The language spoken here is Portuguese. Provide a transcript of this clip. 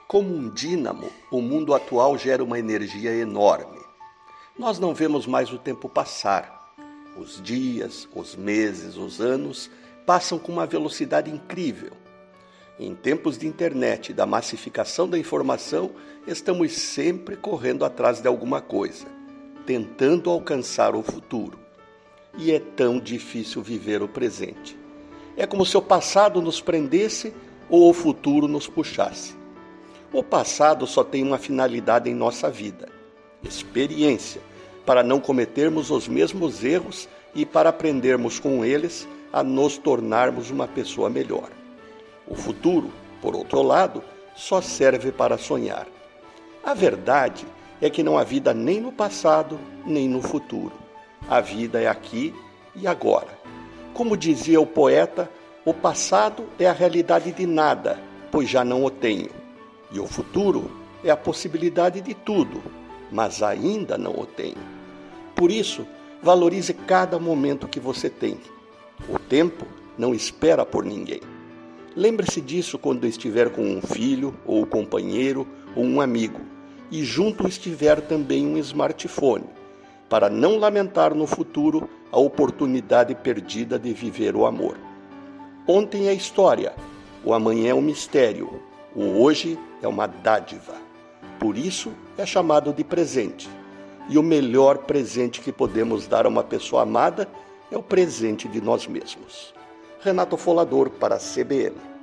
Como um dínamo, o mundo atual gera uma energia enorme. Nós não vemos mais o tempo passar. Os dias, os meses, os anos passam com uma velocidade incrível. Em tempos de internet e da massificação da informação, estamos sempre correndo atrás de alguma coisa, tentando alcançar o futuro. E é tão difícil viver o presente. É como se o passado nos prendesse ou o futuro nos puxasse. O passado só tem uma finalidade em nossa vida: experiência, para não cometermos os mesmos erros e para aprendermos com eles a nos tornarmos uma pessoa melhor. O futuro, por outro lado, só serve para sonhar. A verdade é que não há vida nem no passado, nem no futuro. A vida é aqui e agora. Como dizia o poeta, o passado é a realidade de nada, pois já não o tenho. E o futuro é a possibilidade de tudo, mas ainda não o tenho. Por isso, valorize cada momento que você tem. O tempo não espera por ninguém. Lembre-se disso quando estiver com um filho, ou um companheiro, ou um amigo, e junto estiver também um smartphone, para não lamentar no futuro a oportunidade perdida de viver o amor. Ontem é história, o amanhã é um mistério, o hoje é uma dádiva. Por isso é chamado de presente. E o melhor presente que podemos dar a uma pessoa amada é o presente de nós mesmos. Renato Folador para a CBN.